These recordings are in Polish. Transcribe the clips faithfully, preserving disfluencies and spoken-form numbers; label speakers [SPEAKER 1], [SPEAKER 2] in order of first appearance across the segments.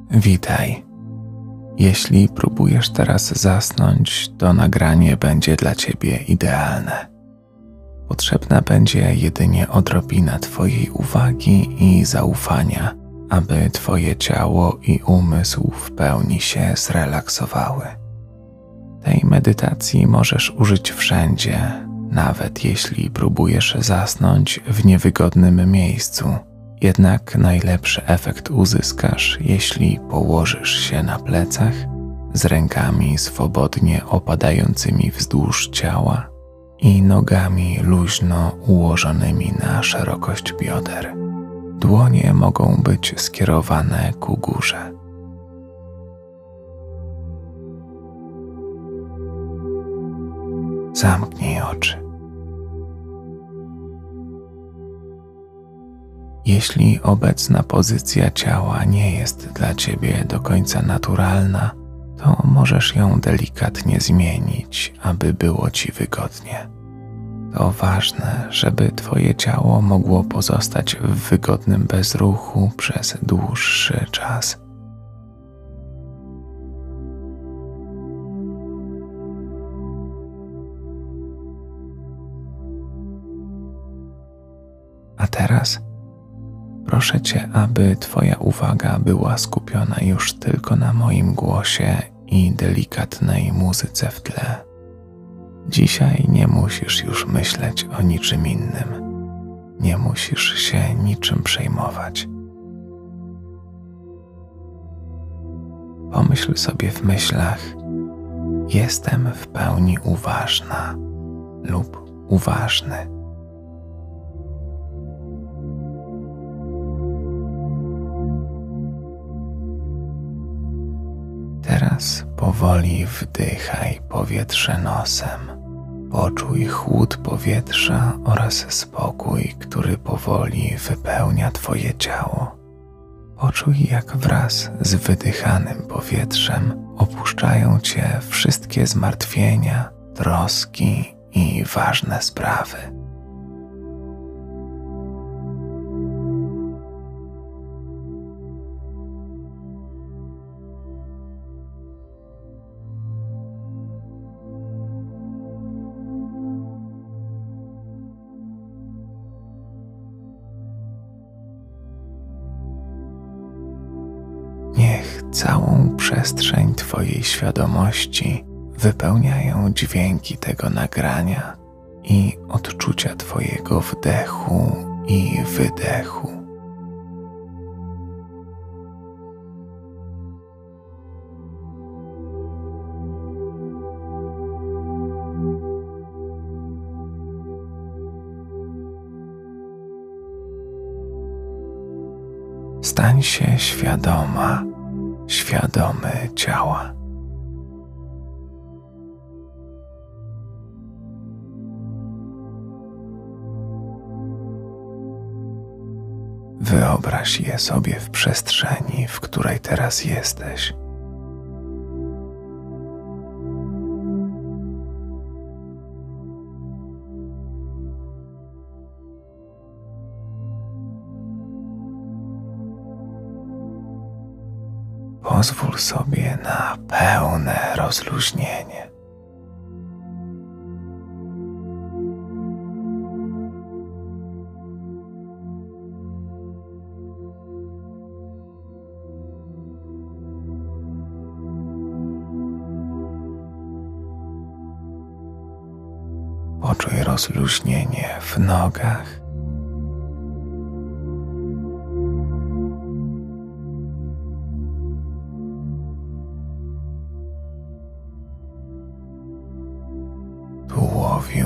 [SPEAKER 1] Witaj. Jeśli próbujesz teraz zasnąć, to nagranie będzie dla Ciebie idealne. Potrzebna będzie jedynie odrobina Twojej uwagi i zaufania, aby Twoje ciało i umysł w pełni się zrelaksowały. Tej medytacji możesz użyć wszędzie, nawet jeśli próbujesz zasnąć w niewygodnym miejscu. Jednak najlepszy efekt uzyskasz, jeśli położysz się na plecach z rękami swobodnie opadającymi wzdłuż ciała i nogami luźno ułożonymi na szerokość bioder. Dłonie mogą być skierowane ku górze. Zamknij oczy. Jeśli obecna pozycja ciała nie jest dla Ciebie do końca naturalna, to możesz ją delikatnie zmienić, aby było Ci wygodnie. To ważne, żeby Twoje ciało mogło pozostać w wygodnym bezruchu przez dłuższy czas. A teraz proszę Cię, aby Twoja uwaga była skupiona już tylko na moim głosie i delikatnej muzyce w tle. Dzisiaj nie musisz już myśleć o niczym innym. Nie musisz się niczym przejmować. Pomyśl sobie w myślach: jestem w pełni uważna lub uważny. Teraz powoli wdychaj powietrze nosem. Poczuj chłód powietrza oraz spokój, który powoli wypełnia Twoje ciało. Poczuj, jak wraz z wydychanym powietrzem opuszczają Cię wszystkie zmartwienia, troski i ważne sprawy. Niech całą przestrzeń Twojej świadomości wypełniają dźwięki tego nagrania i odczucia Twojego wdechu i wydechu. Stań się świadoma, świadomy ciała. Wyobraź je sobie w przestrzeni, w której teraz jesteś. Pozwól sobie na pełne rozluźnienie. Poczuj rozluźnienie w nogach, tułowiu,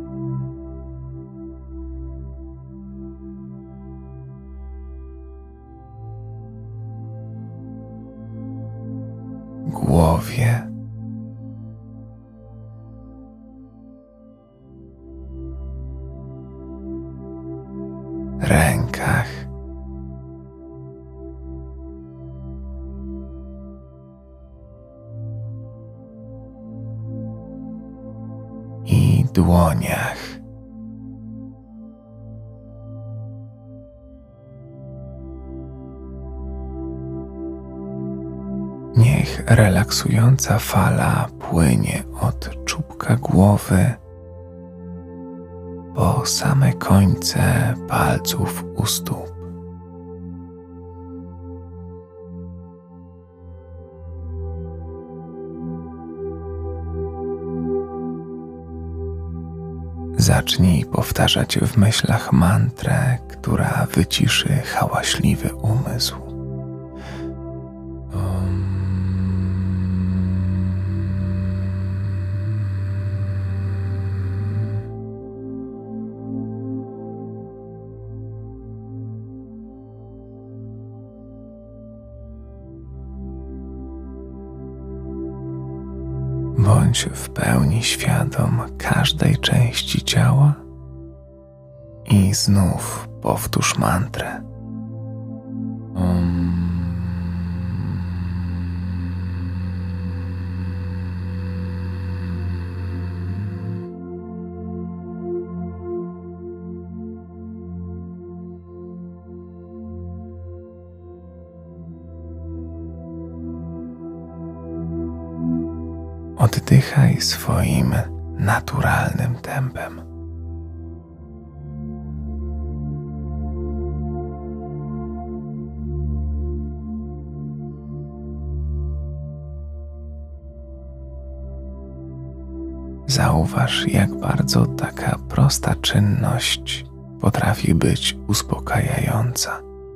[SPEAKER 1] głowie, rękach, i dłoniach. Niech relaksująca fala płynie od czubka głowy po same końce palców u stóp. Zacznij powtarzać w myślach mantrę, która wyciszy hałaśliwy umysł. Bądź w pełni świadom każdej części ciała i znów powtórz mantrę. Om. Oddychaj swoim naturalnym tempem. Zauważ, jak bardzo taka prosta czynność potrafi być uspokajająca.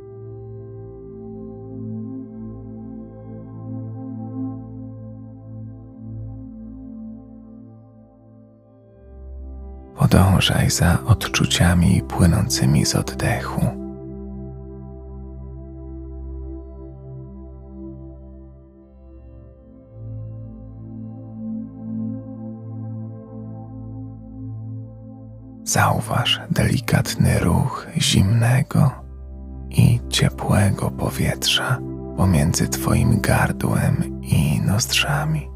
[SPEAKER 1] Podążaj za odczuciami płynącymi z oddechu. Zauważ delikatny ruch zimnego i ciepłego powietrza pomiędzy twoim gardłem i nozdrzami.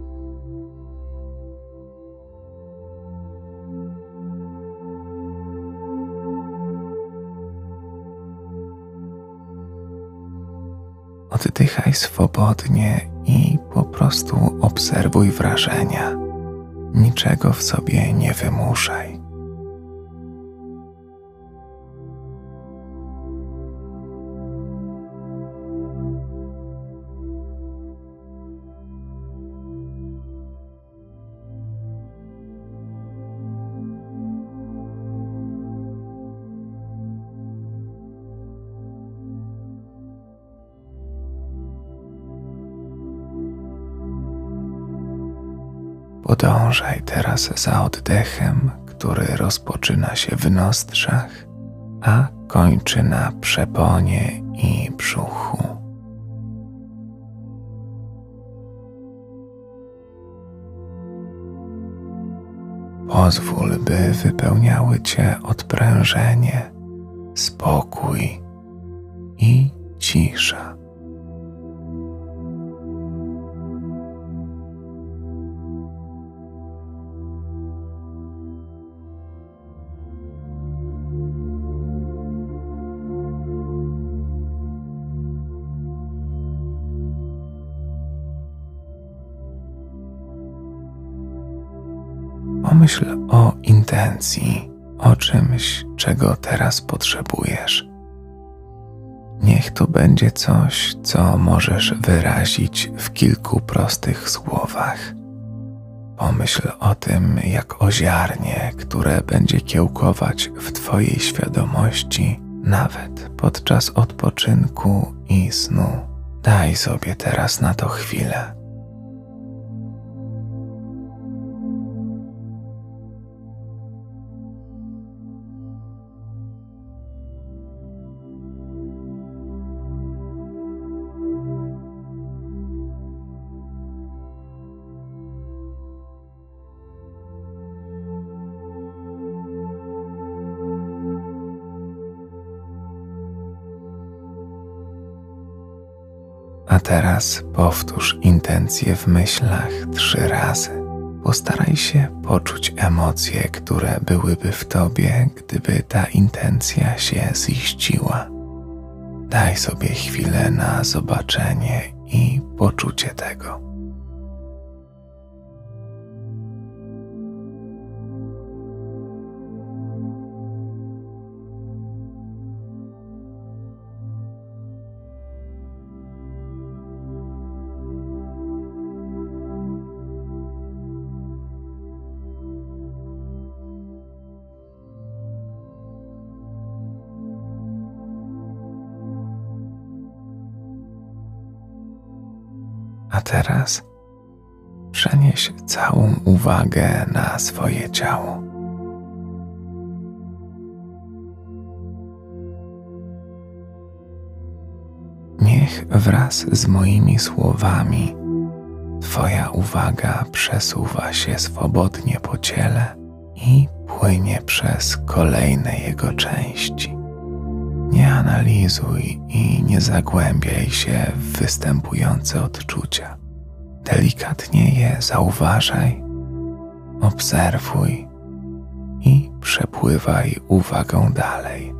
[SPEAKER 1] Oddychaj swobodnie i po prostu obserwuj wrażenia. Niczego w sobie nie wymuszaj. Podążaj teraz za oddechem, który rozpoczyna się w nozdrzach, a kończy na przeponie i brzuchu. Pozwól, by wypełniały cię odprężenie, spokój i cisza. Pomyśl o intencji, o czymś, czego teraz potrzebujesz. Niech to będzie coś, co możesz wyrazić w kilku prostych słowach. Pomyśl o tym, jak o ziarnie, które będzie kiełkować w twojej świadomości, nawet podczas odpoczynku i snu. Daj sobie teraz na to chwilę. A teraz powtórz intencję w myślach trzy razy. Postaraj się poczuć emocje, które byłyby w tobie, gdyby ta intencja się ziściła. Daj sobie chwilę na zobaczenie i poczucie tego. A teraz przenieś całą uwagę na swoje ciało. Niech wraz z moimi słowami Twoja uwaga przesuwa się swobodnie po ciele i płynie przez kolejne jego części. Nie analizuj i nie zagłębiaj się w występujące odczucia. Delikatnie je zauważaj, obserwuj i przepływaj uwagą dalej.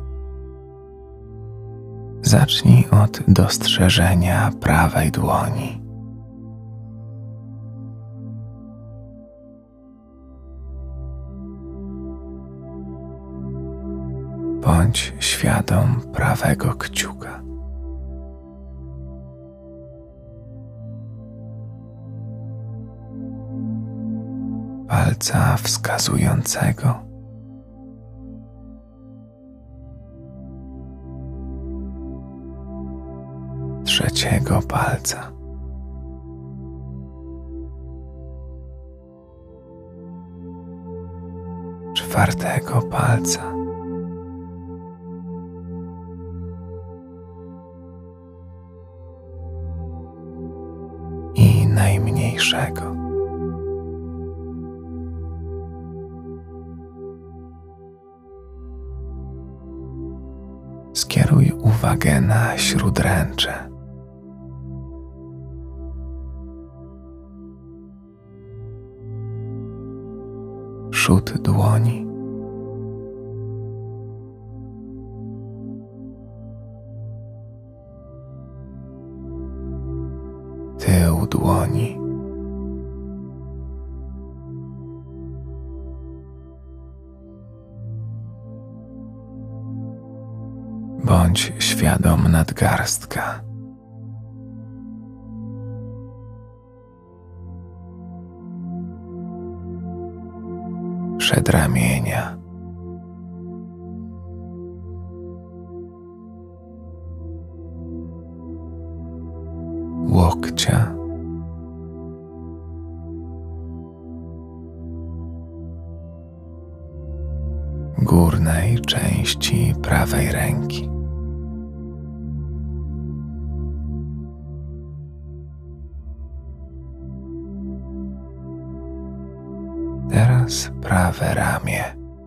[SPEAKER 1] Zacznij od dostrzeżenia prawej dłoni. Bądź świadom prawego kciuka. Palca wskazującego. Trzeciego palca. Czwartego palca. I najmniejszego. Skieruj uwagę na śródręcze. Przód dłoni. Tył dłoni. Bądź świadom nadgarstka. Przedramienia. Łokcia. Górnej części prawej ręki. Teraz prawe ramię.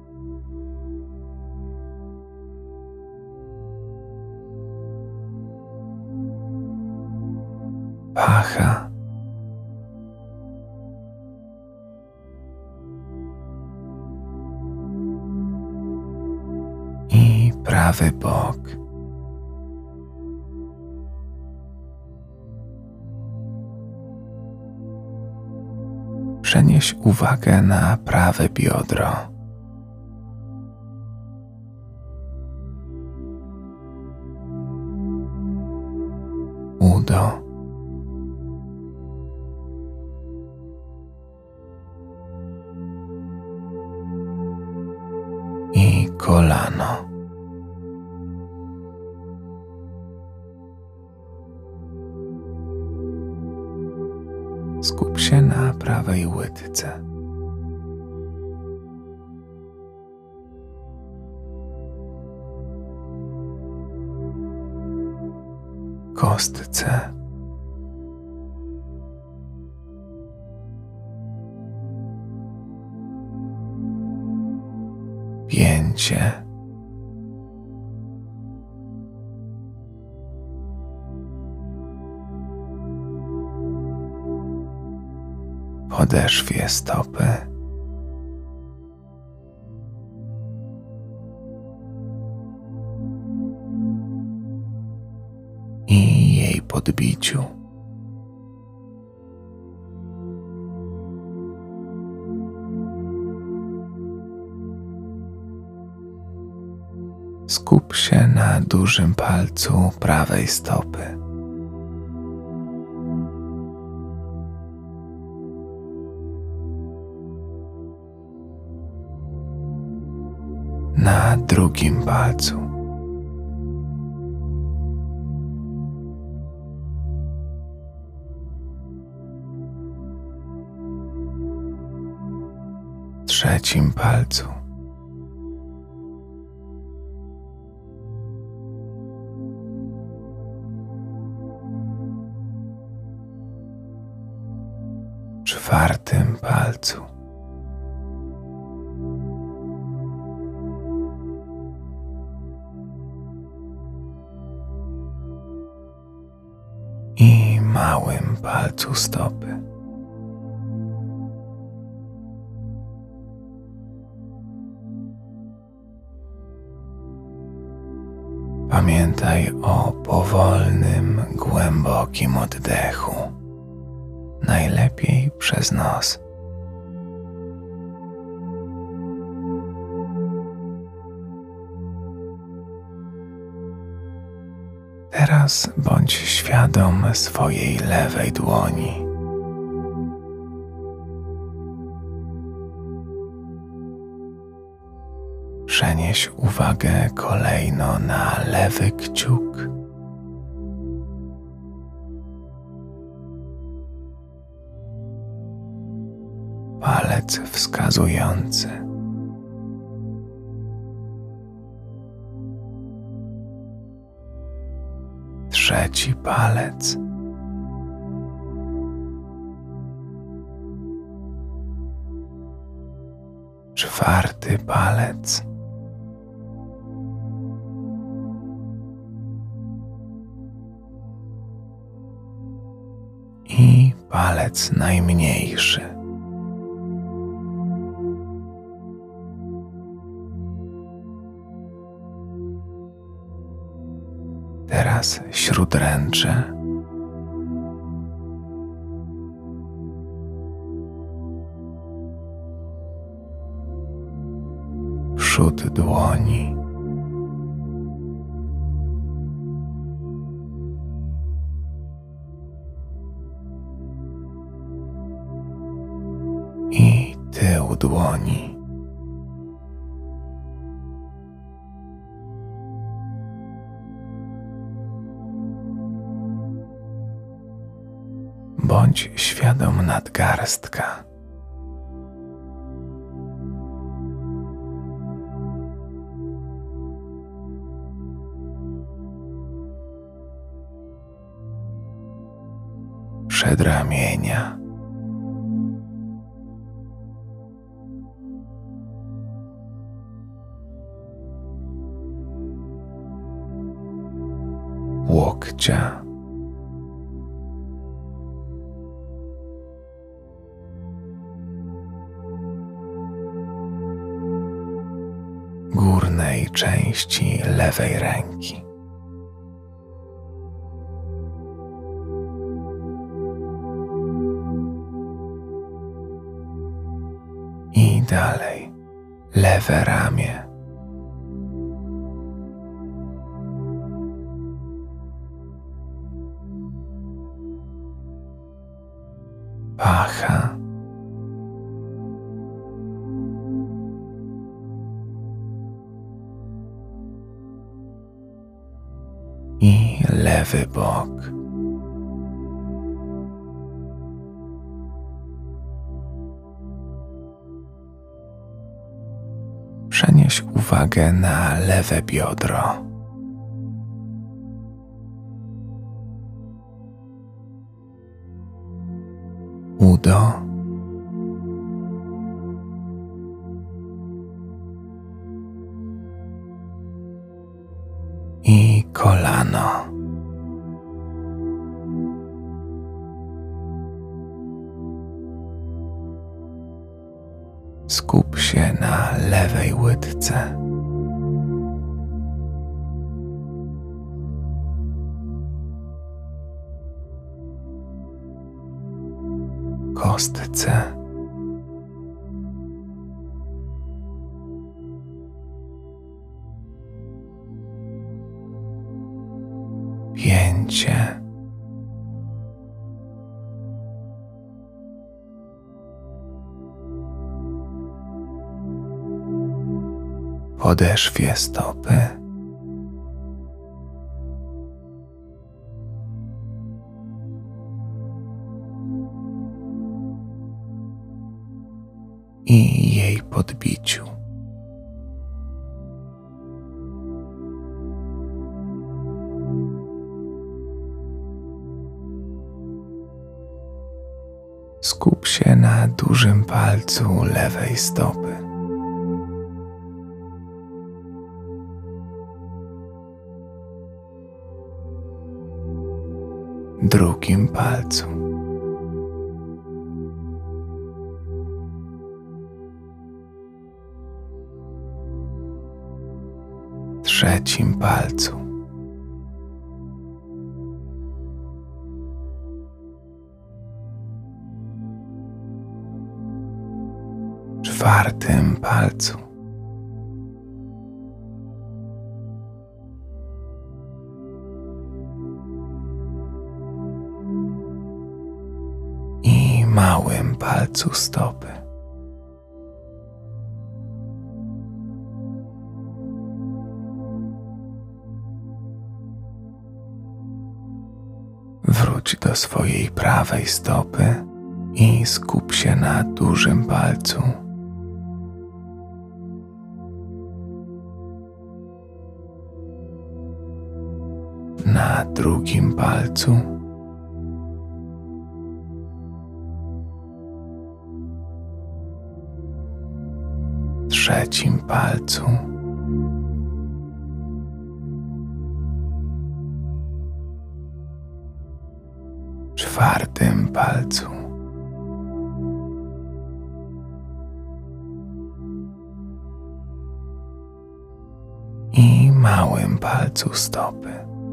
[SPEAKER 1] Pacha. I prawy bok. Przenieś uwagę na prawe biodro. Udo. I kolano. Skup się na prawej łydce. Kostce. Pięcie. Podeszwie stopy. I jej podbiciu. Skup się na dużym palcu prawej stopy. Na drugim palcu. Trzecim palcu. Czwartym palcu. I małym palcu stopy. Pamiętaj o powolnym, głębokim oddechu. Najlepiej przez nos. Teraz bądź świadom swojej lewej dłoni. Przenieś uwagę kolejno na lewy kciuk. Palec wskazujący. Trzeci palec. Czwarty palec. I palec najmniejszy. Teraz śródręcze. Przód dłoni. I tył dłoni. Bądź świadom nadgarstka. Przedramienia. Łokcia. Górnej części lewej ręki. I dalej lewe ramię. Pacha. I lewy bok. Przenieś uwagę na lewe biodro. Udo. I kolano. Skup się na lewej łydce. Kostce. pięcie, podeszwie stopy, i jej podbiciu. Skup się na dużym palcu lewej stopy. Drugim palcu. Trzecim palcu. Czwartym palcu. I małym palcu stopy. Wróć do swojej prawej stopy i skup się na dużym palcu. Na drugim palcu. Trzecim palcu. Czwartym palcu. I małym palcu stopy.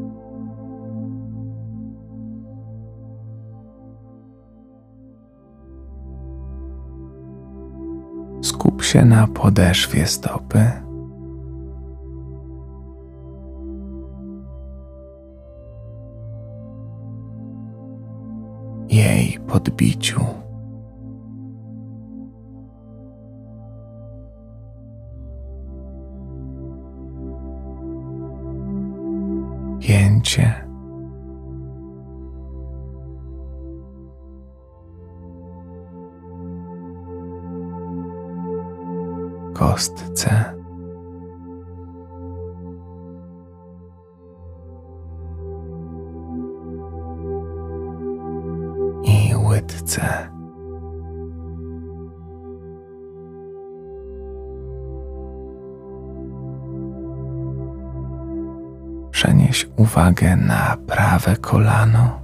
[SPEAKER 1] Skup się na podeszwie stopy, jej podbiciu, pięcie, kostce, i łydce. Przenieś uwagę na prawe kolano,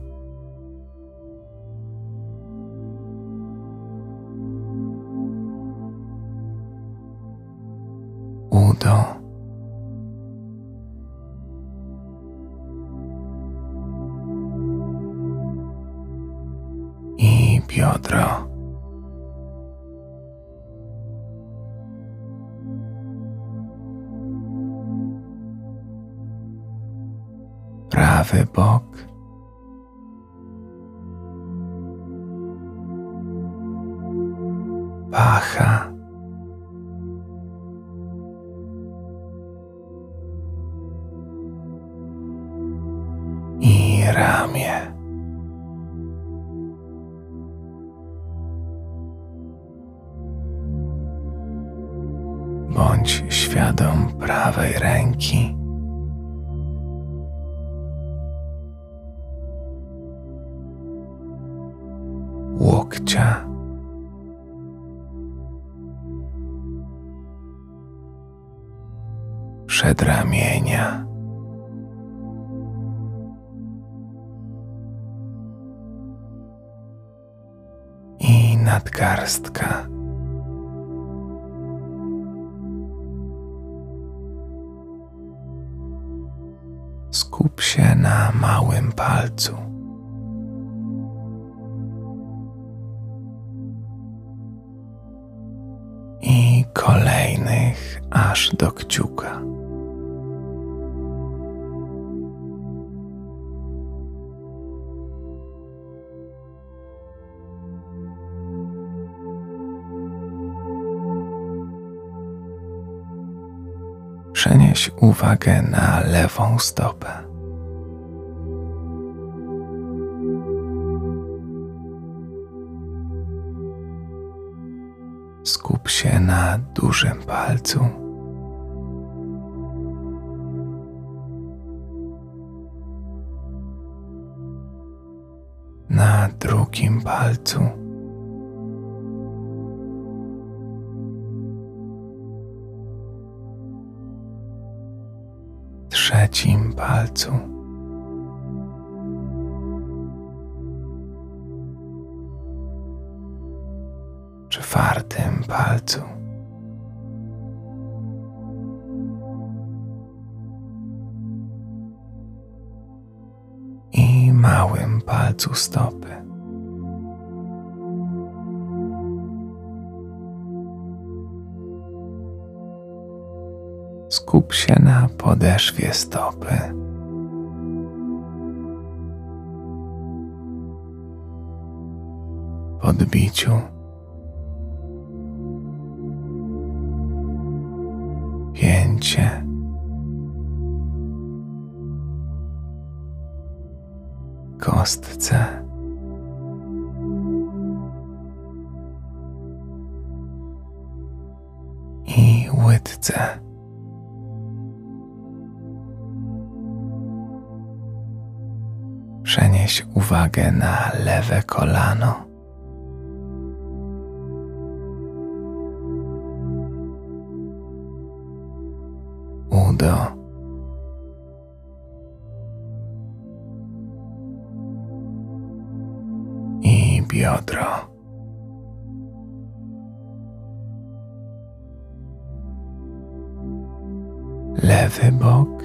[SPEAKER 1] udo, i biodro. Prawy bok, pacha, i ramię. Bądź świadom prawej ręki, łokcia, przedramienia, i nadgarstka. Skup się na małym palcu. I kolejnych aż do kciuka. Przenieś uwagę na lewą stopę. Skup się na dużym palcu. Na drugim palcu. Trzecim palcu. Czwartym palcu. I małym palcu stopy. Skup się na podeszwie stopy. Podbiciu. Pięcie. Kostce. I łydce. Przenieś uwagę na lewe kolano. Udo. I biodro. Lewy bok.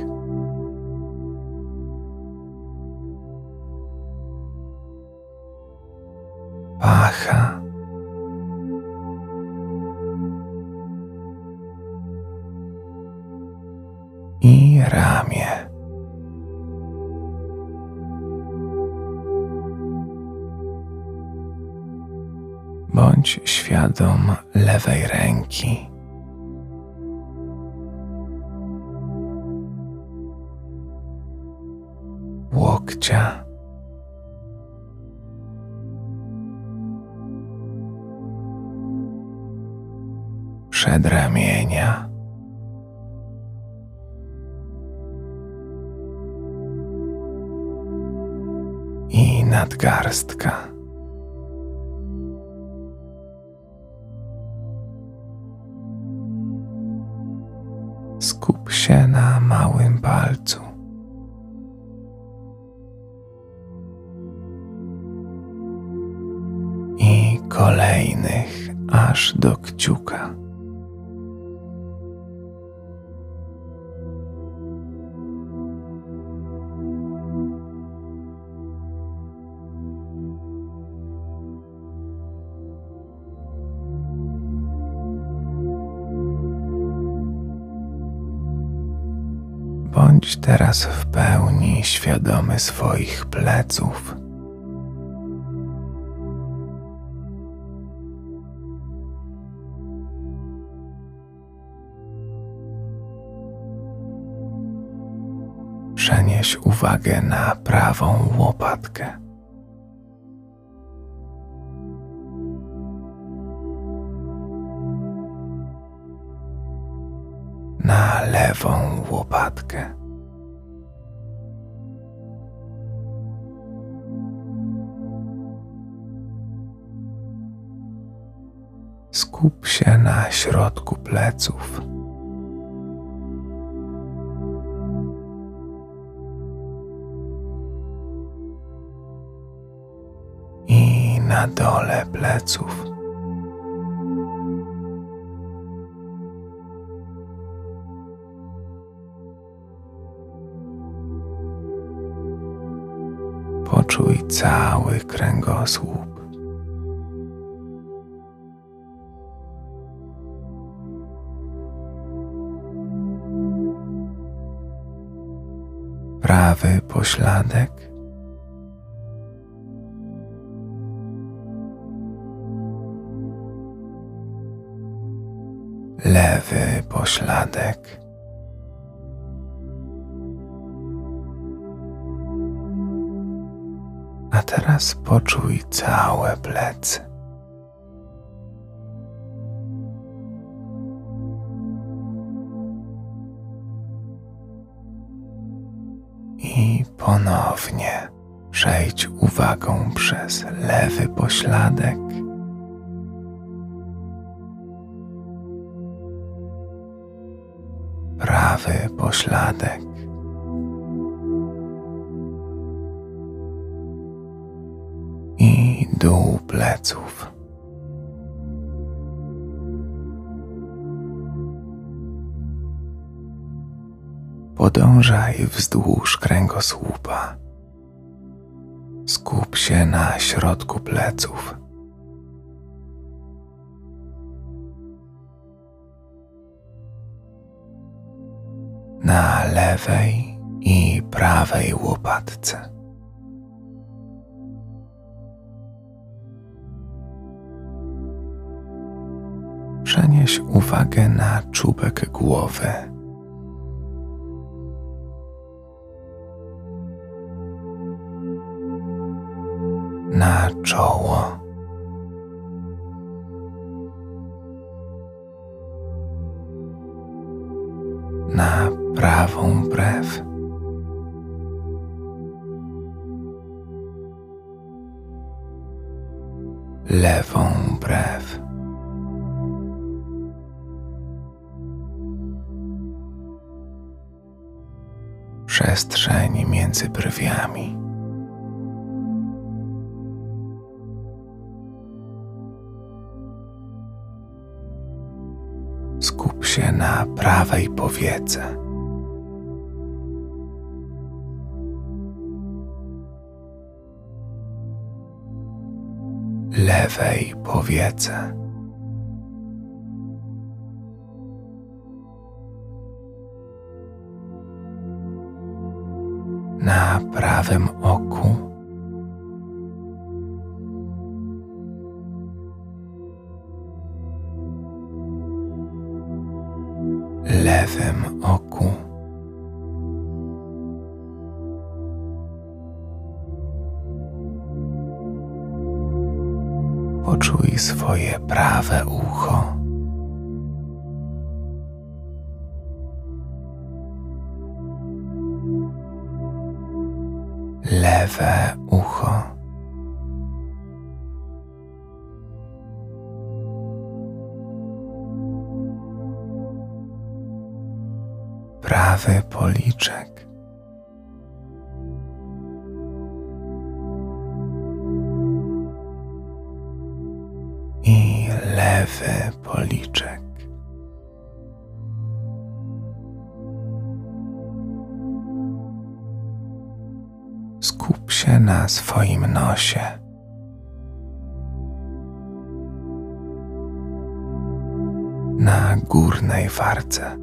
[SPEAKER 1] Pacha. I ramię. Bądź świadom lewej ręki. Łokcia. Przedramienia. I nadgarstka. Skup się na małym palcu. I kolejnych aż do kciuka. Bądź teraz w pełni świadomy swoich pleców. Przenieś uwagę na prawą łopatkę. Na lewą łopatkę. Skup się na środku pleców. I na dole pleców. Poczuj cały kręgosłup. Prawy pośladek. Lewy pośladek. A teraz poczuj całe plecy. I ponownie przejdź uwagą przez lewy pośladek, prawy pośladek, i dół pleców. Podążaj wzdłuż kręgosłupa. Skup się na środku pleców. Na lewej i prawej łopatce. Przenieś uwagę na czubek głowy. Na czoło. Na prawą brew. Lewą brew. Przestrzeń między brwiami. Skup się na prawej powiece. Lewej powiece. Na prawym oku. Lewym oku. Poczuj swoje prawe ucho. Lewe ucho. Prawy policzek. I lewy policzek. Skup się na swoim nosie. Na górnej warce.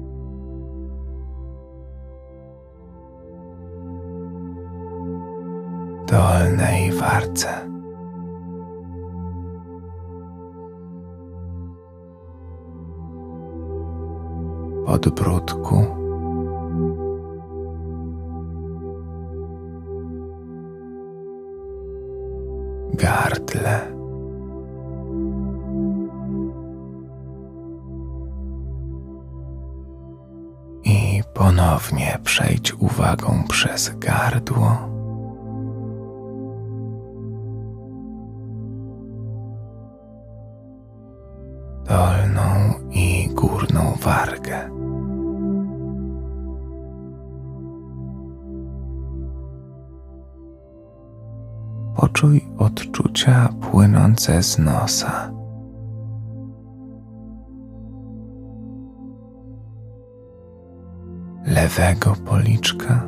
[SPEAKER 1] Dolnej warce. Podbródku. Gardle. I ponownie przejdź uwagą przez gardło. Dolną i górną wargę. Poczuj odczucia płynące z nosa. Lewego policzka.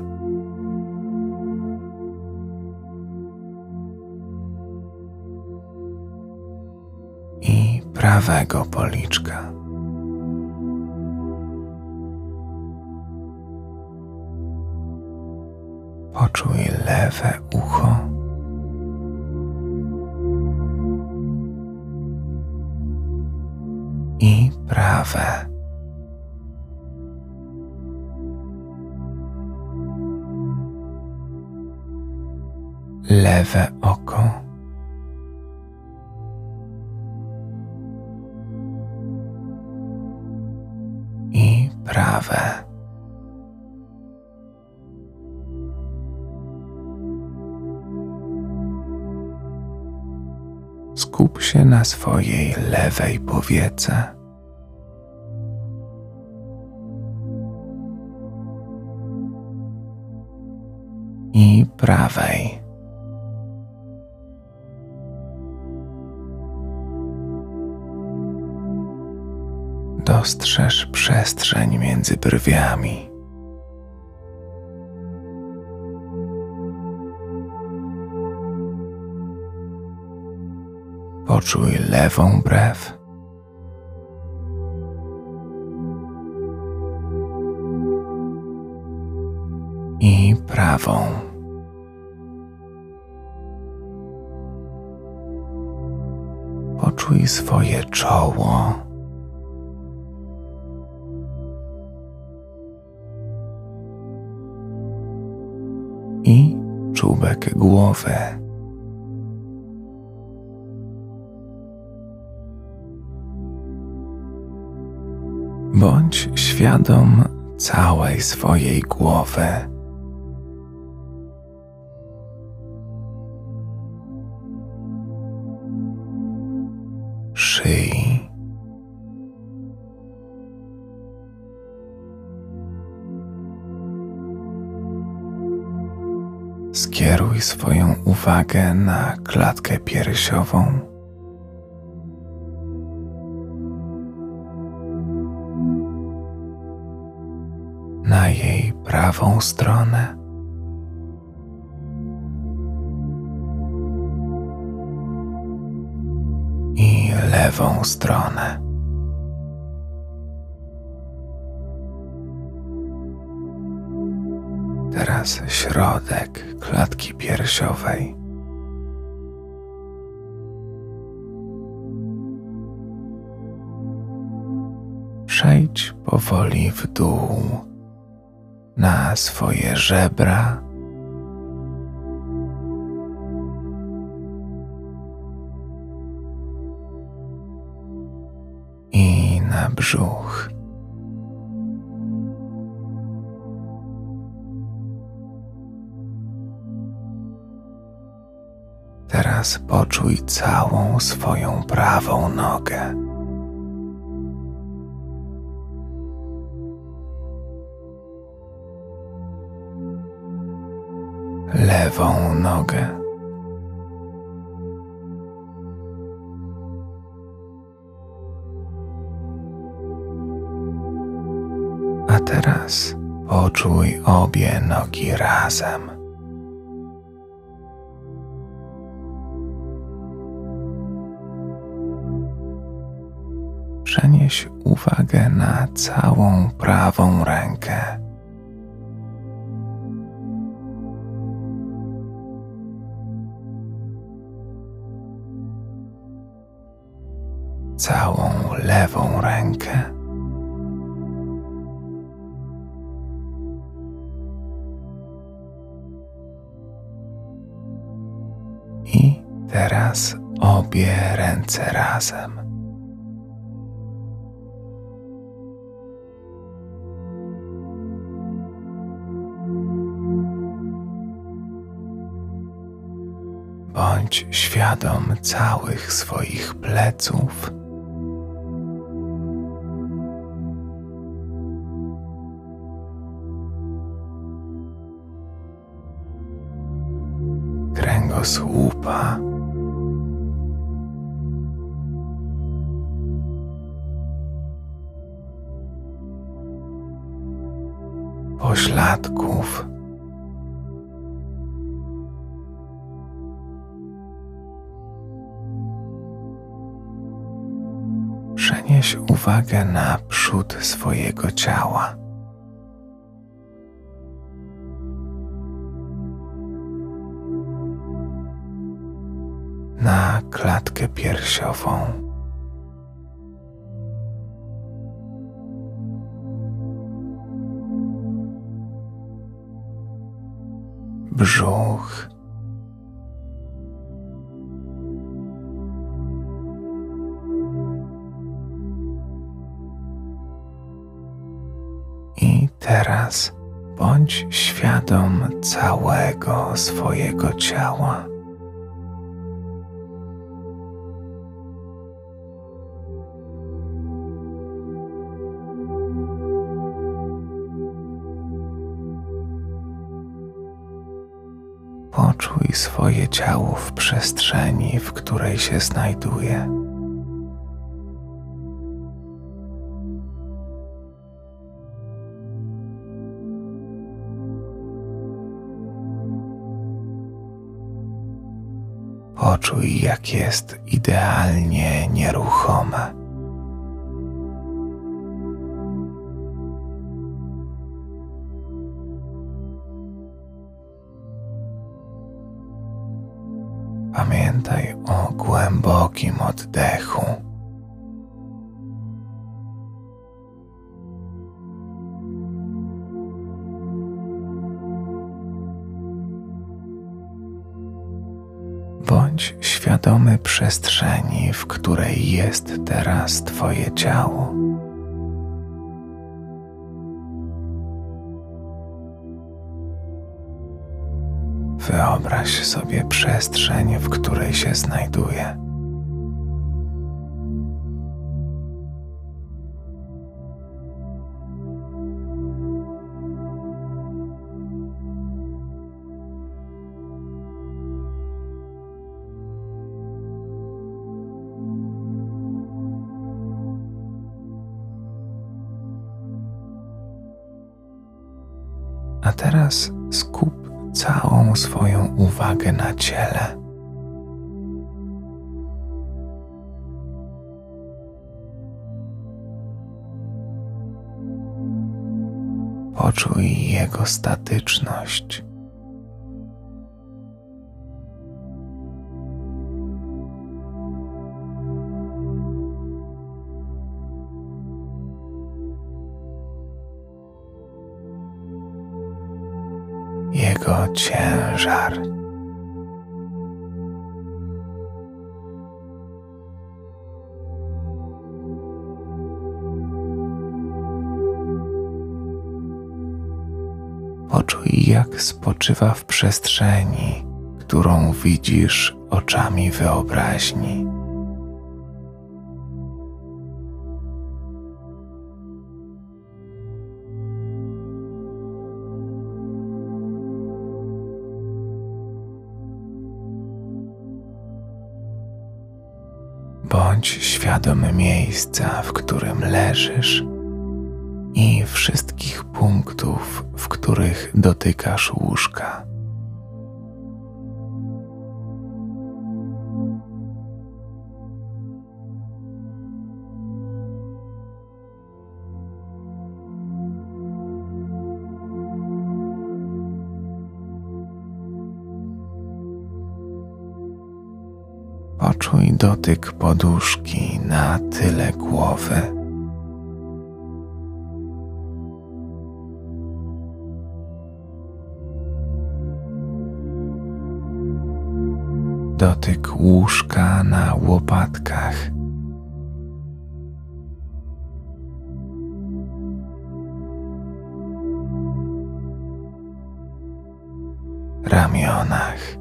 [SPEAKER 1] I prawego policzka. Poczuj lewe ucho. I prawe. lewe oko i prawe. Skup się na swojej lewej powiece. I prawej. Dostrzeż przestrzeń między brwiami. Poczuj lewą brew i prawą. Poczuj swoje czoło i czubek głowy. Bądź świadom całej swojej głowy. Szyi. Skieruj swoją uwagę na klatkę piersiową. Na jej prawą stronę i lewą stronę. Teraz środek klatki piersiowej. Przejdź powoli w dół na swoje żebra i na brzuch. Teraz poczuj całą swoją prawą nogę. Lewą nogę. A teraz poczuj obie nogi razem. Przenieś uwagę na całą prawą rękę. Całą lewą rękę. I teraz obie ręce razem. Bądź świadom całych swoich pleców. Kręgosłupa. Pośladków. Przenieś uwagę na przód swojego ciała. Na klatkę piersiową. Brzuch. teraz bądź świadom całego swojego ciała. Poczuj swoje ciało w przestrzeni, w której się znajduje. Poczuj, jak jest idealnie nieruchome. Pamiętaj o głębokim oddechu. Bądź świadomy przestrzeni, w której jest teraz Twoje ciało. Wyobraź sobie przestrzeń, w której się znajduje. A teraz skup całą swoją uwagę na ciele. Poczuj jego statyczność. Jego ciężar. Poczuj, jak spoczywa w przestrzeni, którą widzisz oczami wyobraźni. Bądź świadom miejsca, w którym leżysz i wszystkich punktów, w których dotykasz łóżka. Poczuj dotyk poduszki na tyle głowy. Dotyk łóżka na łopatkach. Ramionach.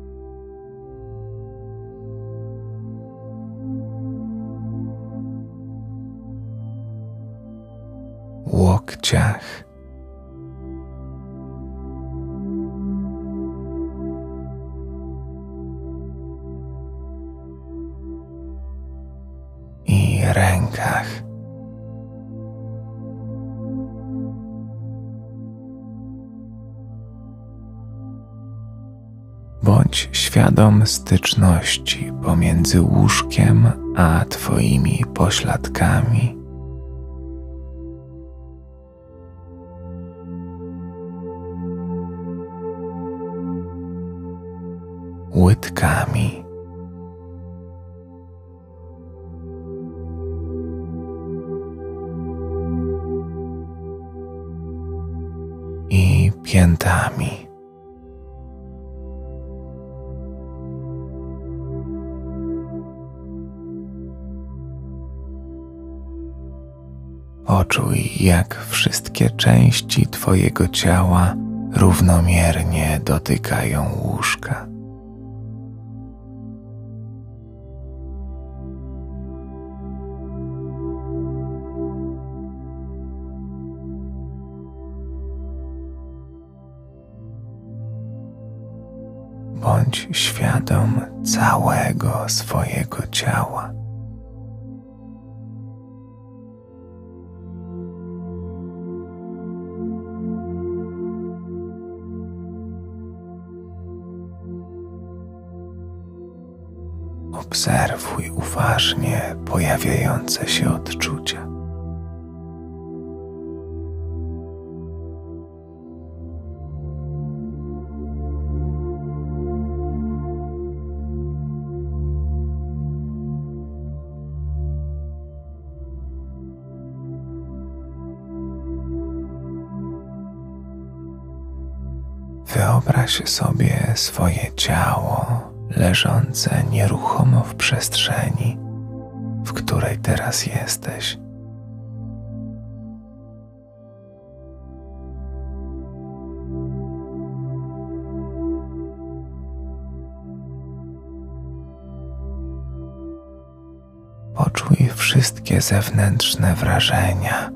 [SPEAKER 1] Łokciach. I rękach. Bądź świadom styczności pomiędzy łóżkiem a Twoimi pośladkami. Łydkami. I piętami. Poczuj, jak wszystkie części Twojego ciała równomiernie dotykają łóżka. Bądź świadom całego swojego ciała. Obserwuj uważnie pojawiające się odczucia. Wyobraź sobie swoje ciało leżące nieruchomo w przestrzeni, w której teraz jesteś. Poczuj wszystkie zewnętrzne wrażenia.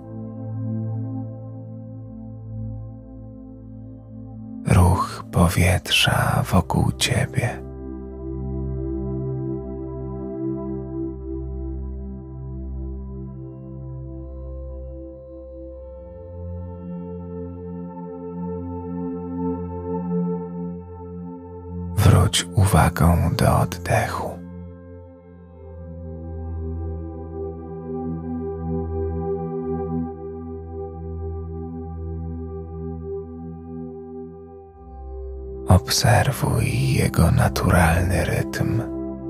[SPEAKER 1] Ruch powietrza wokół ciebie. Wróć uwagą do oddechu. Obserwuj jego naturalny rytm.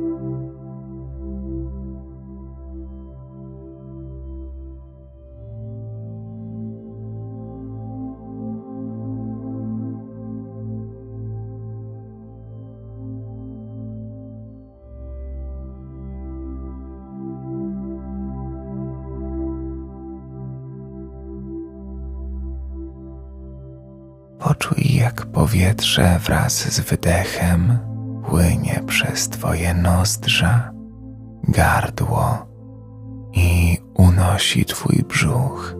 [SPEAKER 1] Poczuj, jak powietrze wraz z wydechem płynie przez Twoje nozdrza, gardło i unosi Twój brzuch.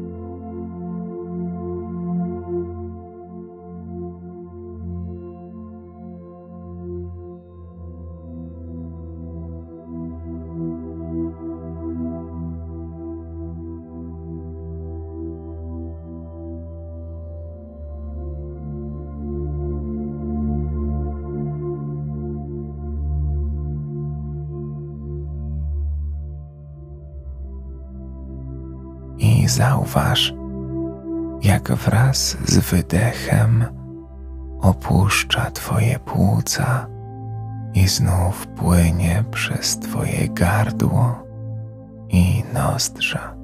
[SPEAKER 1] I zauważ, jak wraz z wydechem opuszcza Twoje płuca i znów płynie przez Twoje gardło i nozdrza.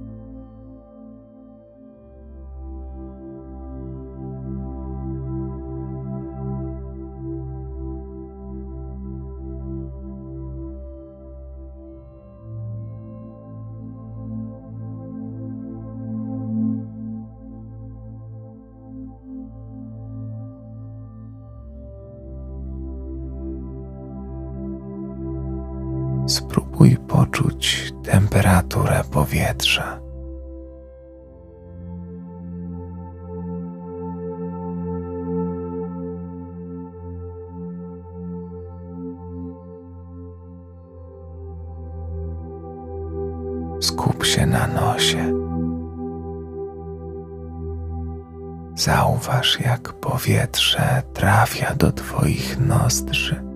[SPEAKER 1] Spróbuj poczuć temperaturę powietrza. Skup się na nosie. Zauważ, jak powietrze trafia do Twoich nozdrzy.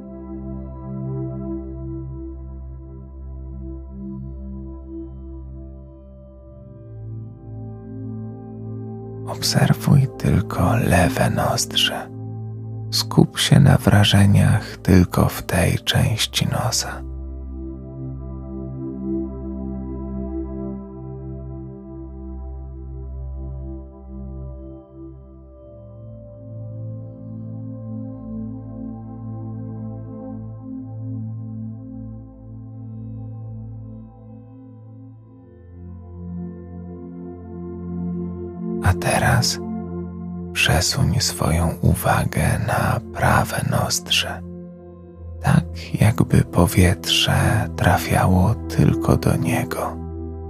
[SPEAKER 1] Obserwuj tylko lewe nozdrze. Skup się na wrażeniach tylko w tej części nosa. A teraz przesuń swoją uwagę na prawe nozdrze, tak jakby powietrze trafiało tylko do niego.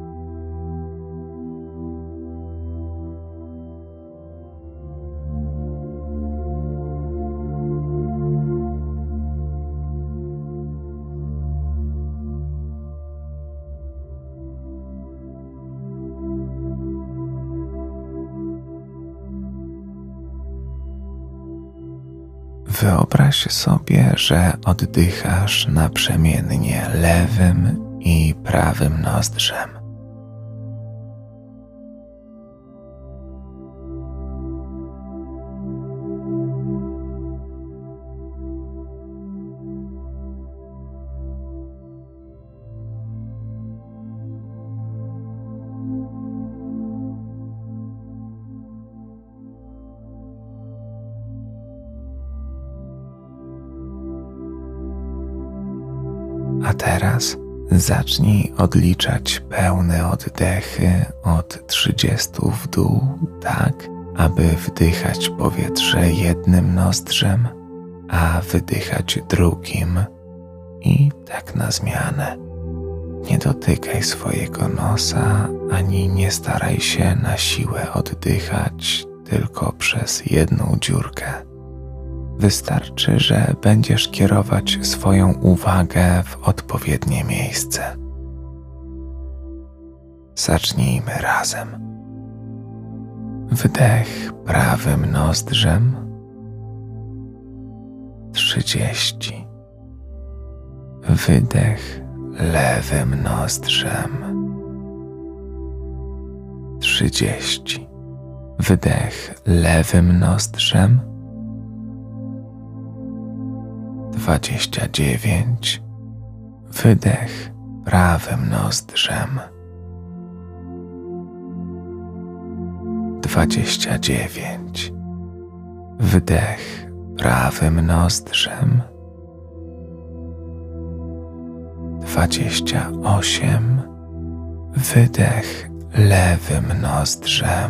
[SPEAKER 1] Wyobraź sobie, że oddychasz naprzemiennie lewym i prawym nozdrzem. A teraz zacznij odliczać pełne oddechy od trzydziestu w dół, tak aby wdychać powietrze jednym nozdrzem, a wydychać drugim i tak na zmianę. Nie dotykaj swojego nosa, ani nie staraj się na siłę oddychać tylko przez jedną dziurkę. Wystarczy, że będziesz kierować swoją uwagę w odpowiednie miejsce. Zacznijmy razem. Wdech prawym nozdrzem trzydzieści. Wydech lewym nozdrzem trzydzieści. Wdech lewym nozdrzem dwadzieścia dziewięć. Wydech prawym nozdrzem dwadzieścia dziewięć. Wdech prawym nozdrzem dwadzieścia osiem. Wydech lewym nozdrzem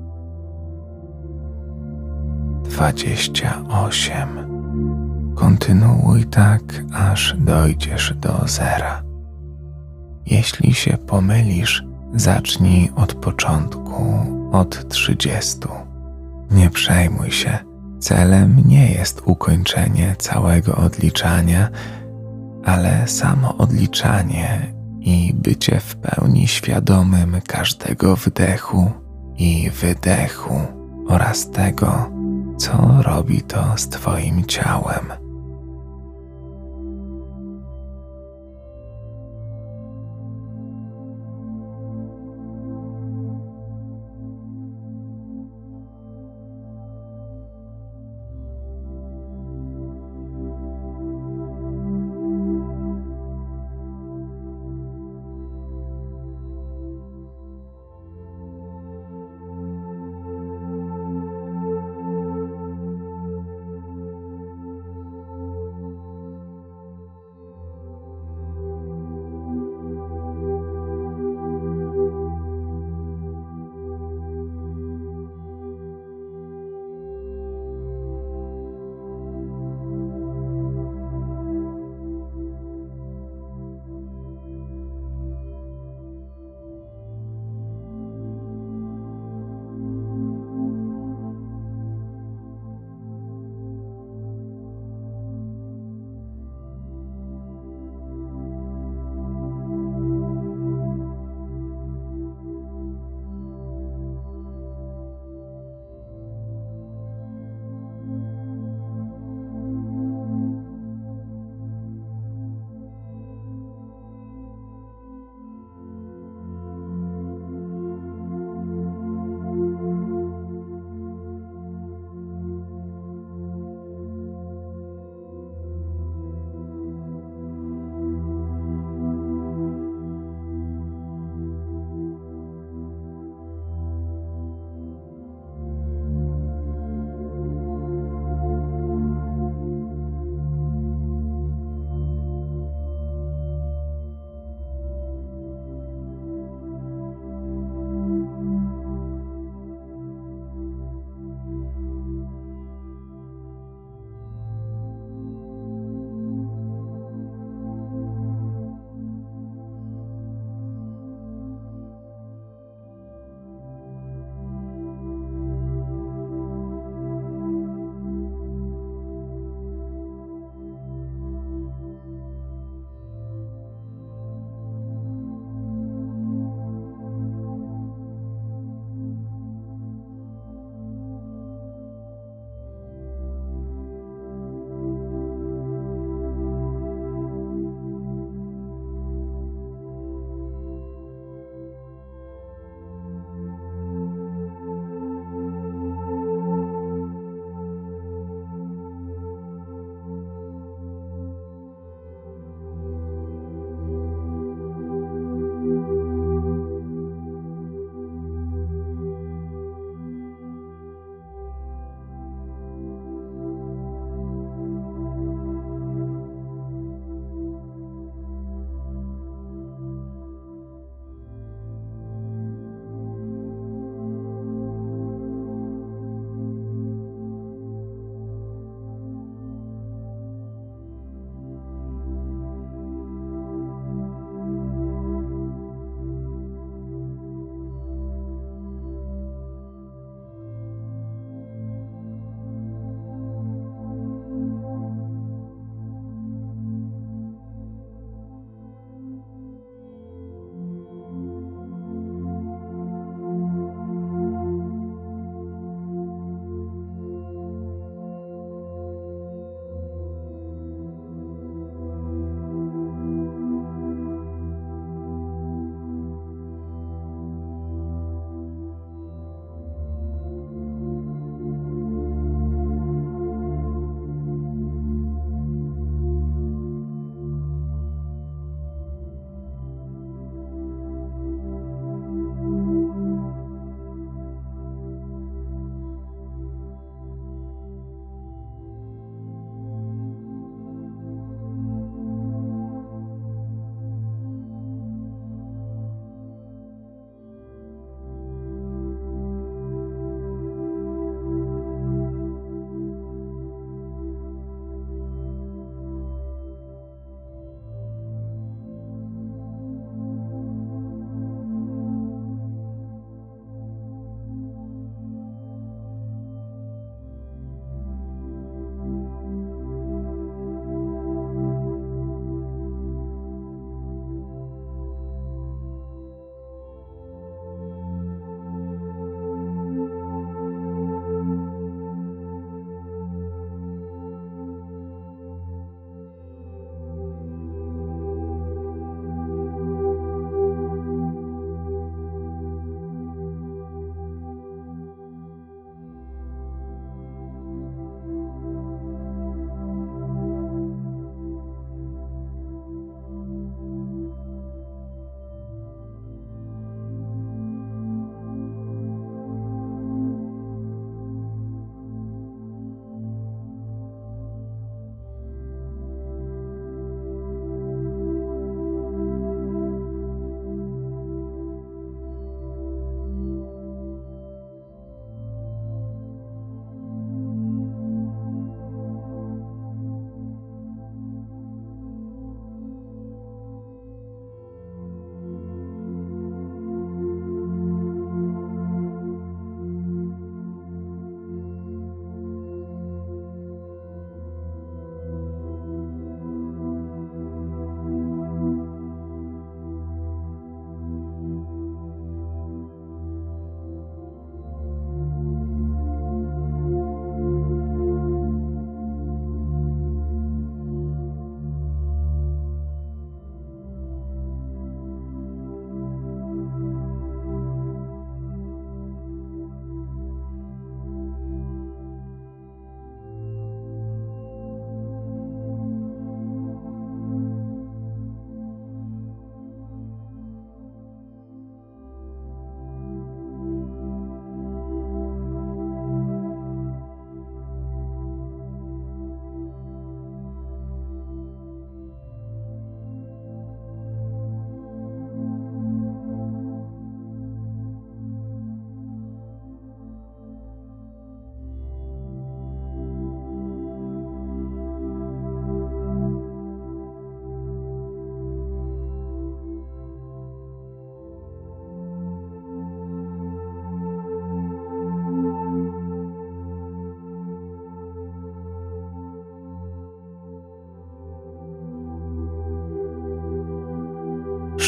[SPEAKER 1] dwadzieścia osiem. Kontynuuj tak, aż dojdziesz do zera. Jeśli się pomylisz, zacznij od początku, od trzydziestu. Nie przejmuj się, celem nie jest ukończenie całego odliczania, ale samo odliczanie i bycie w pełni świadomym każdego wdechu i wydechu oraz tego, co robi to z Twoim ciałem.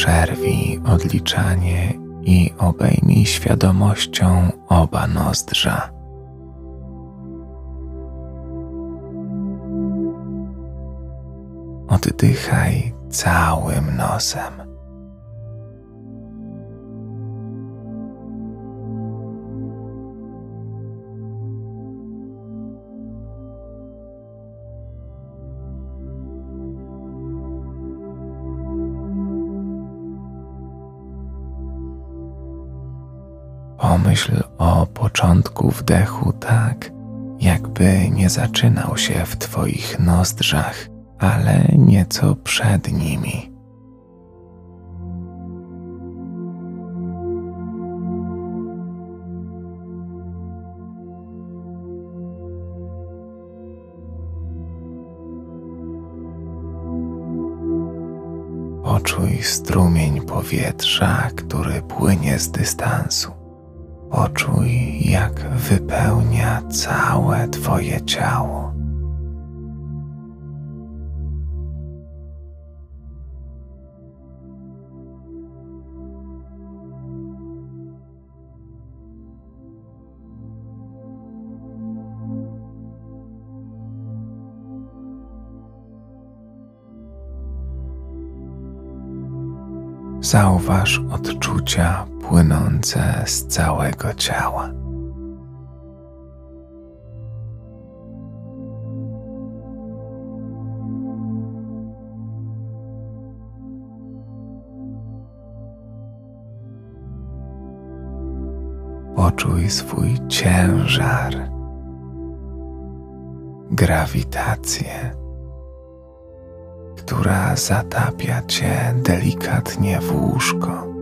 [SPEAKER 1] Przerwij odliczanie i obejmij świadomością oba nozdrza. Oddychaj całym nosem. Pomyśl o początku wdechu tak, jakby nie zaczynał się w Twoich nozdrzach, ale nieco przed nimi. Poczuj strumień powietrza, który płynie z dystansu. Poczuj, jak wypełnia całe Twoje ciało. Zauważ odczucia płynące z całego ciała. Poczuj swój ciężar, grawitację, która zatapia Cię delikatnie w łóżko.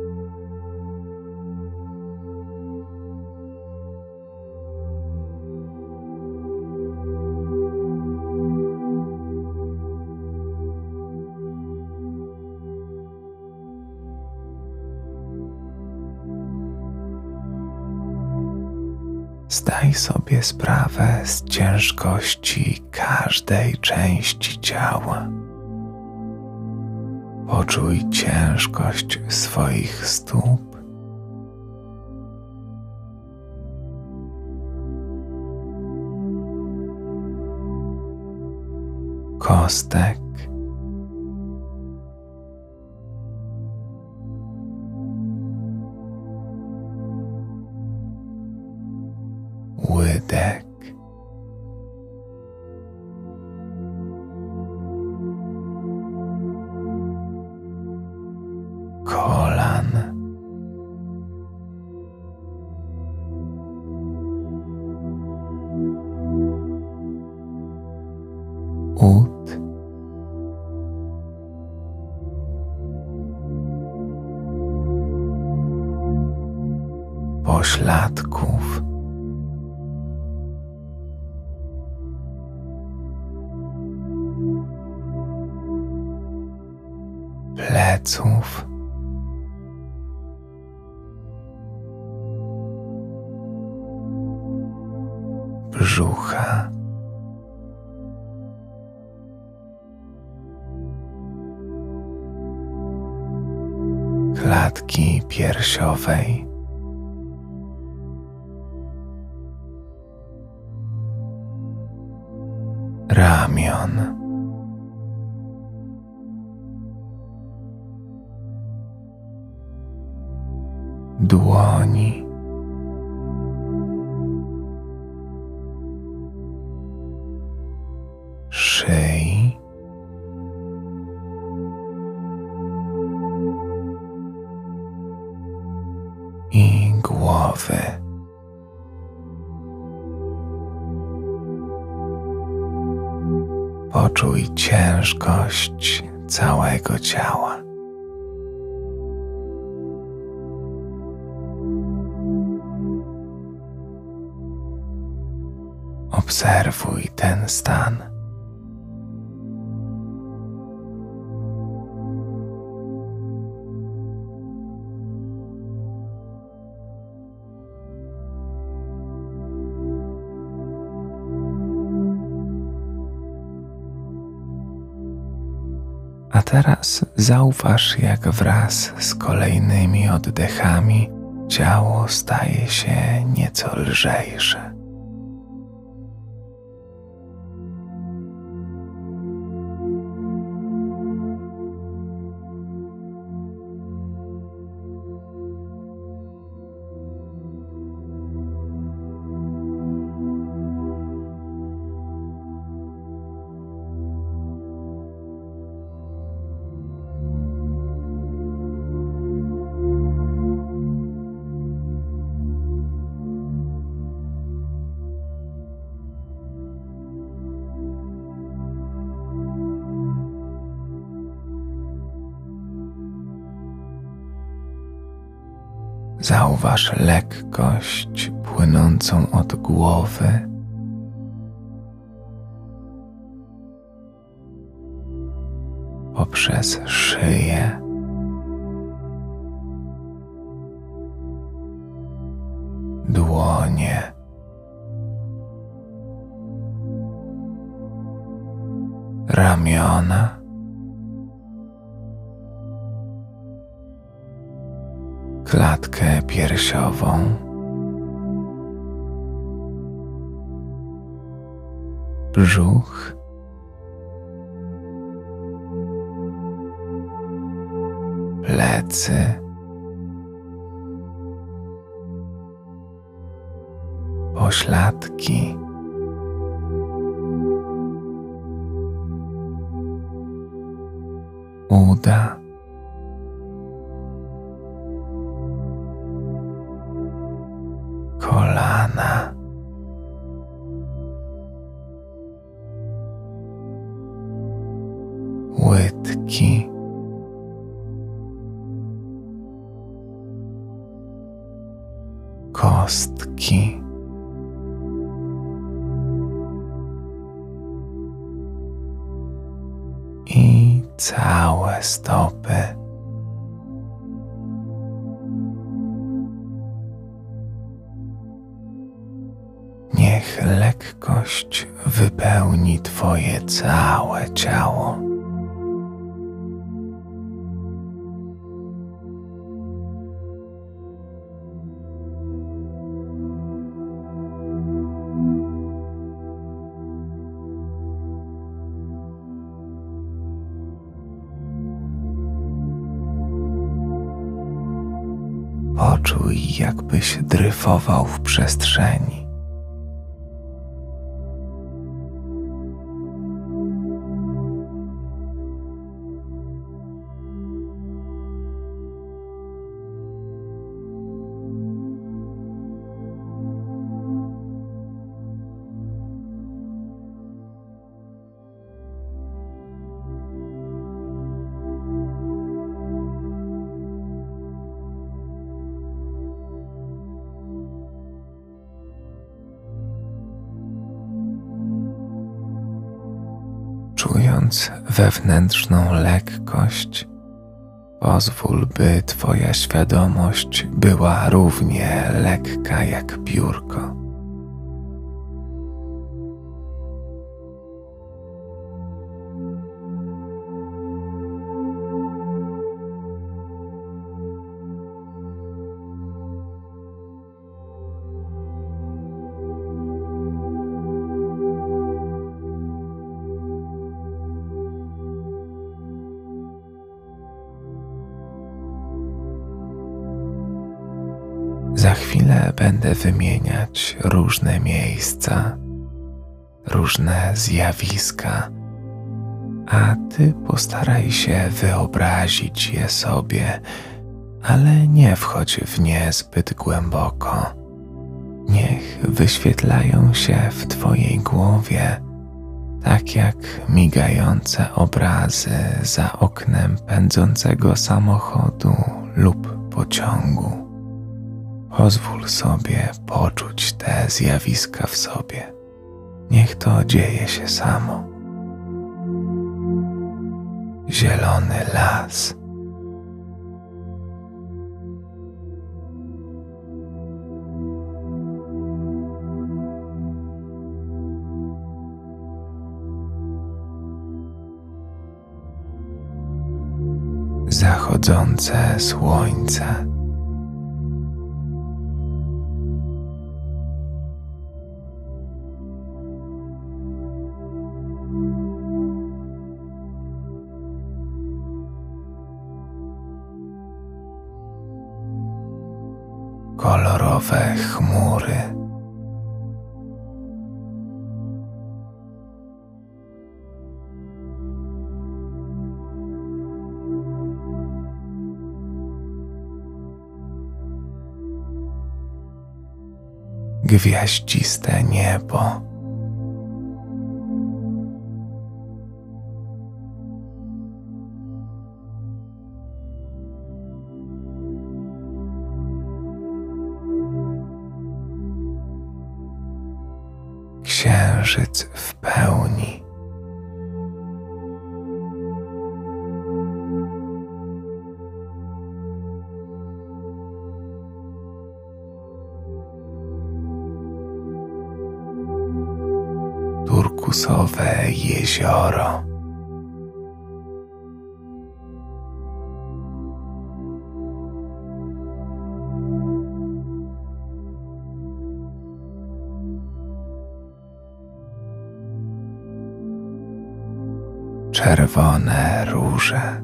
[SPEAKER 1] Zdaj sobie sprawę z ciężkości każdej części ciała. Poczuj ciężkość swoich stóp, kostek, łydek, kolan, ud, pośladków, pleców, brzucha, klatki piersiowej, ramion, dłoni, szyi, i głowy. Poczuj ciężkość całego ciała. Obserwuj ten stan. A teraz zauważ, jak wraz z kolejnymi oddechami ciało staje się nieco lżejsze. Zauważ lekkość płynącą od głowy poprzez szyję, dłonie, ramiona, klatkę piersiową, brzuch, plecy, pośladki, uda, kolana, łydki, kostki, i całe stopy. Niech lekkość wypełni Twoje całe ciało. Poczuj, jakbyś dryfował w przestrzeni. Czując wewnętrzną lekkość, pozwól, by Twoja świadomość była równie lekka jak piórko. Za chwilę będę wymieniać różne miejsca, różne zjawiska, a Ty postaraj się wyobrazić je sobie, ale nie wchodź w nie zbyt głęboko. Niech wyświetlają się w Twojej głowie, tak jak migające obrazy za oknem pędzącego samochodu lub pociągu. Pozwól sobie poczuć te zjawiska w sobie. Niech to dzieje się samo. Zielony las. zachodzące słońce. Kolorowe chmury. Gwiaździste niebo. Księżyc w pełni. Turkusowe jezioro. Czerwone róże.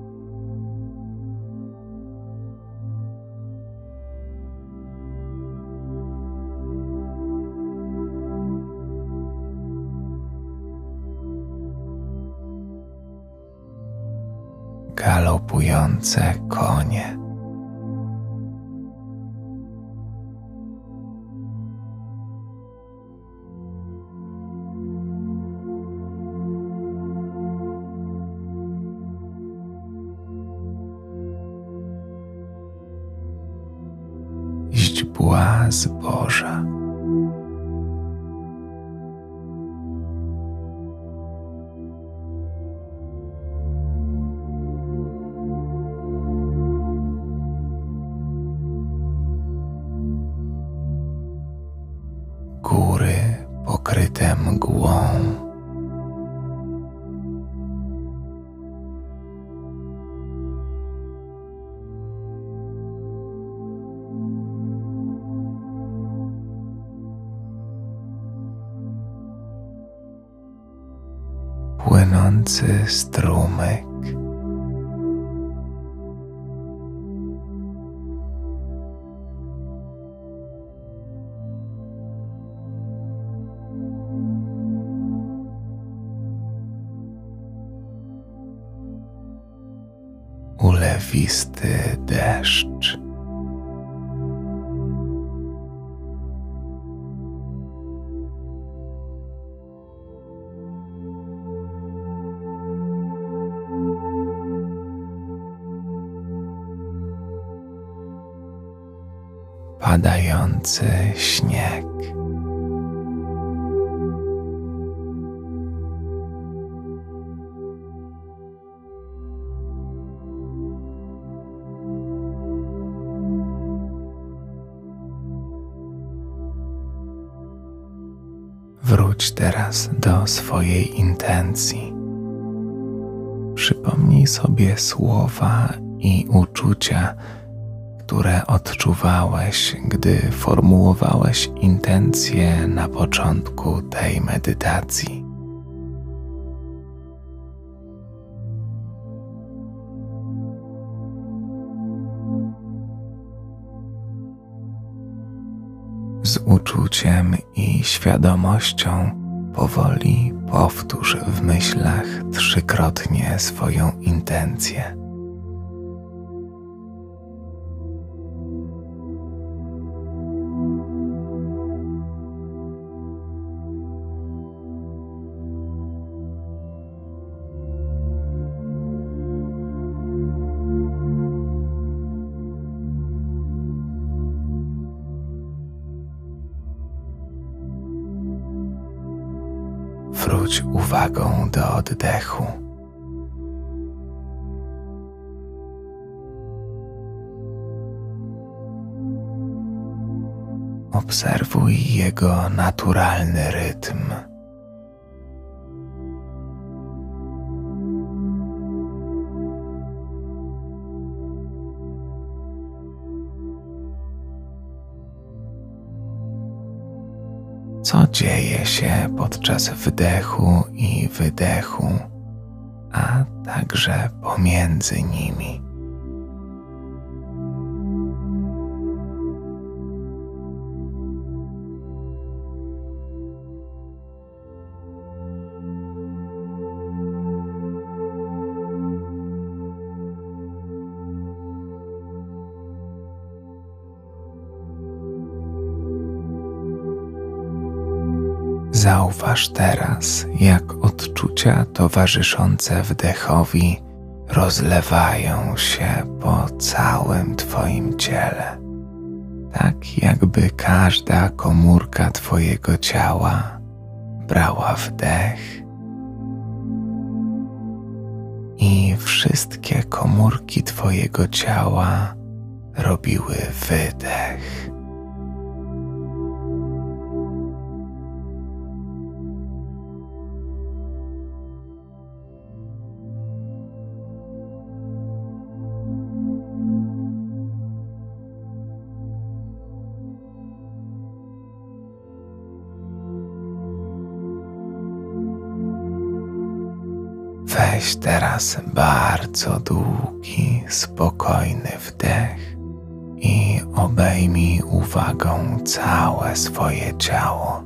[SPEAKER 1] Galopujące konie. Źdźbła zboża. Góry pokryte mgłą. Płynący strumyk. Ulewisty deszcz. Padający śnieg. Wróć teraz do swojej intencji. Przypomnij sobie słowa i uczucia, które odczuwałeś, gdy formułowałeś intencje na początku tej medytacji. Z uczuciem i świadomością powoli powtórz w myślach trzykrotnie swoją intencję. Wróć uwagą do oddechu. Obserwuj jego naturalny rytm. co dzieje się podczas wdechu i wydechu, a także pomiędzy nimi. Zauważ teraz, jak odczucia towarzyszące wdechowi rozlewają się po całym Twoim ciele, tak jakby każda komórka Twojego ciała brała wdech i wszystkie komórki Twojego ciała robiły wydech. Weź teraz bardzo długi, spokojny wdech i obejmij uwagą całe swoje ciało.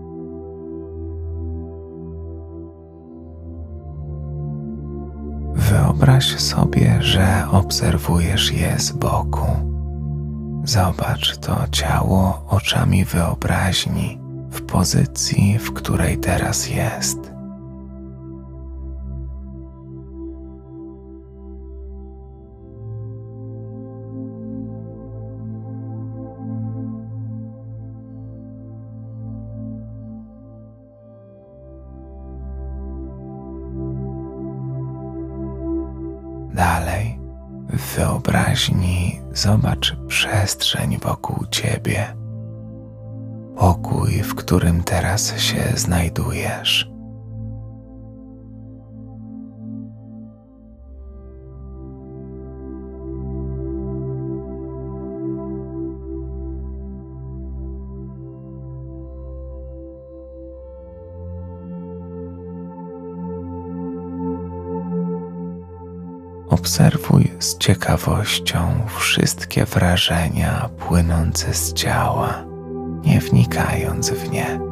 [SPEAKER 1] Wyobraź sobie, że obserwujesz je z boku. Zobacz to ciało oczami wyobraźni w pozycji, w której teraz jest. Dalej, w wyobraźni zobacz przestrzeń wokół ciebie, pokój, w którym teraz się znajdujesz. Obserwuj z ciekawością wszystkie wrażenia płynące z ciała, nie wnikając w nie.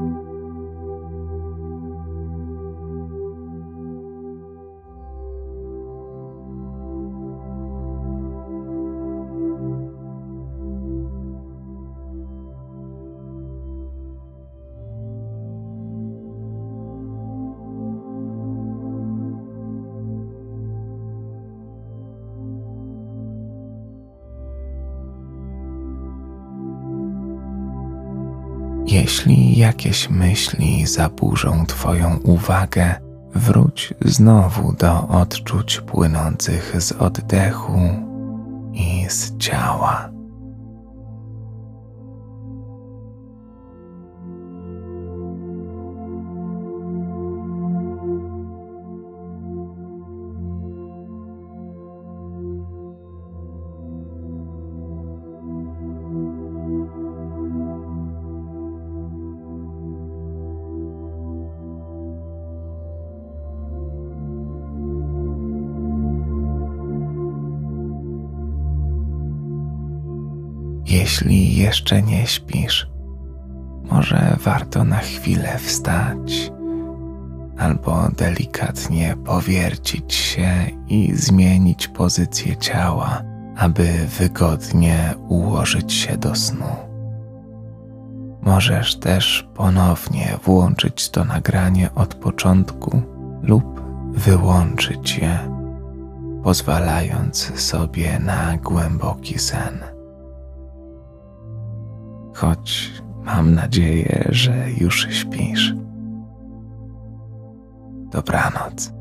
[SPEAKER 1] Jeśli jakieś myśli zaburzą Twoją uwagę, wróć znowu do odczuć płynących z oddechu i z ciała. Jeśli jeszcze nie śpisz, może warto na chwilę wstać albo delikatnie powiercić się i zmienić pozycję ciała, aby wygodnie ułożyć się do snu. Możesz też ponownie włączyć to nagranie od początku lub wyłączyć je, pozwalając sobie na głęboki sen. Choć mam nadzieję, że już śpisz. Dobranoc.